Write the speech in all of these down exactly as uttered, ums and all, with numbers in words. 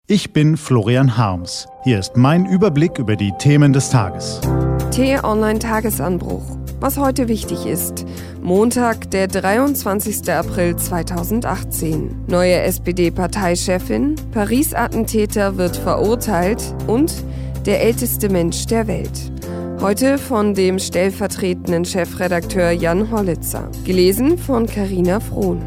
Ich bin Florian Harms. Hier ist mein Überblick über die Themen des Tages. T-Online-Tagesanbruch. Was heute wichtig ist. Montag, der dreiundzwanzigster April zweitausendachtzehn. Neue S P D-Parteichefin, Paris-Attentäter wird verurteilt und der älteste Mensch der Welt. Heute von dem stellvertretenden Chefredakteur Jan Hollitzer. Gelesen von Carina Frohn.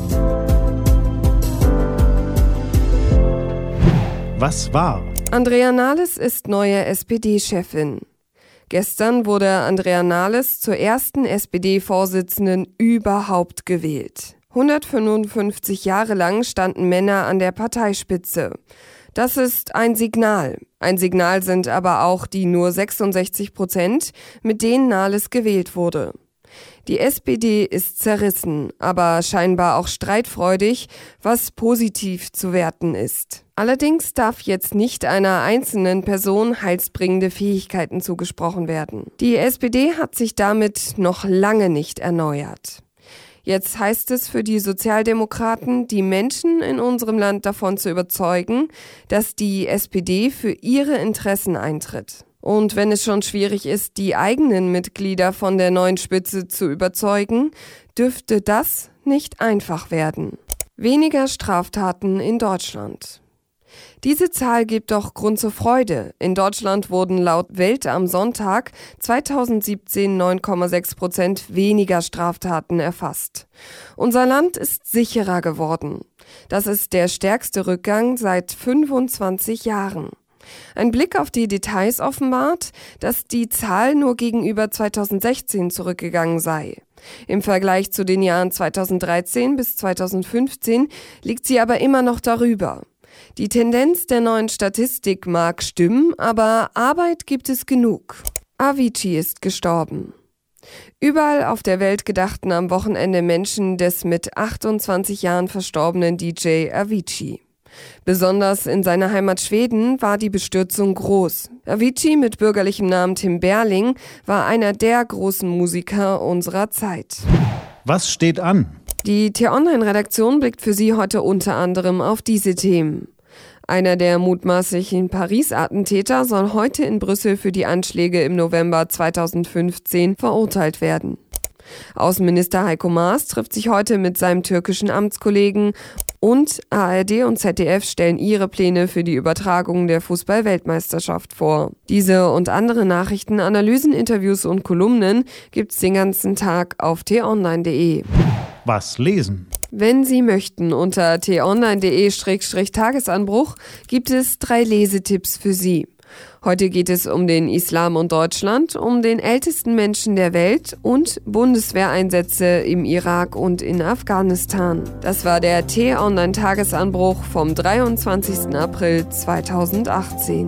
Was war? Andrea Nahles ist neue S P D-Chefin. Gestern wurde Andrea Nahles zur ersten S P D-Vorsitzenden überhaupt gewählt. hundertfünfundfünfzig Jahre lang standen Männer an der Parteispitze. Das ist ein Signal. Ein Signal sind aber auch die nur sechsundsechzig Prozent, mit denen Nahles gewählt wurde. Die S P D ist zerrissen, aber scheinbar auch streitfreudig, was positiv zu werten ist. Allerdings darf jetzt nicht einer einzelnen Person heilsbringende Fähigkeiten zugesprochen werden. Die S P D hat sich damit noch lange nicht erneuert. Jetzt heißt es für die Sozialdemokraten, die Menschen in unserem Land davon zu überzeugen, dass die S P D für ihre Interessen eintritt. Und wenn es schon schwierig ist, die eigenen Mitglieder von der neuen Spitze zu überzeugen, dürfte das nicht einfach werden. Weniger Straftaten in Deutschland. Diese Zahl gibt doch Grund zur Freude. In Deutschland wurden laut Welt am Sonntag zweitausendsiebzehn neun Komma sechs Prozent weniger Straftaten erfasst. Unser Land ist sicherer geworden. Das ist der stärkste Rückgang seit fünfundzwanzig Jahren. Ein Blick auf die Details offenbart, dass die Zahl nur gegenüber zweitausendsechzehn zurückgegangen sei. Im Vergleich zu den Jahren zweitausenddreizehn bis zweitausendfünfzehn liegt sie aber immer noch darüber. Die Tendenz der neuen Statistik mag stimmen, aber Arbeit gibt es genug. Avicii ist gestorben. Überall auf der Welt gedachten am Wochenende Menschen des mit achtundzwanzig Jahren verstorbenen D J Avicii. Besonders in seiner Heimat Schweden war die Bestürzung groß. Avicii mit bürgerlichem Namen Tim Berling war einer der großen Musiker unserer Zeit. Was steht an? Die T-Online-Redaktion blickt für Sie heute unter anderem auf diese Themen. Einer der mutmaßlichen Paris-Attentäter soll heute in Brüssel für die Anschläge im November zweitausendfünfzehn verurteilt werden. Außenminister Heiko Maas trifft sich heute mit seinem türkischen Amtskollegen und A R D und Z D F stellen ihre Pläne für die Übertragung der Fußball-Weltmeisterschaft vor. Diese und andere Nachrichten, Analysen, Interviews und Kolumnen gibt's den ganzen Tag auf t online punkt de. Was lesen? Wenn Sie möchten, unter t online punkt de Schrägstrich Tagesanbruch gibt es drei Lesetipps für Sie. Heute geht es um den Islam und Deutschland, um den ältesten Menschen der Welt und Bundeswehreinsätze im Irak und in Afghanistan. Das war der T-Online-Tagesanbruch vom dreiundzwanzigster April zweitausendachtzehn.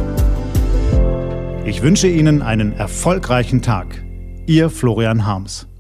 Ich wünsche Ihnen einen erfolgreichen Tag. Ihr Florian Harms.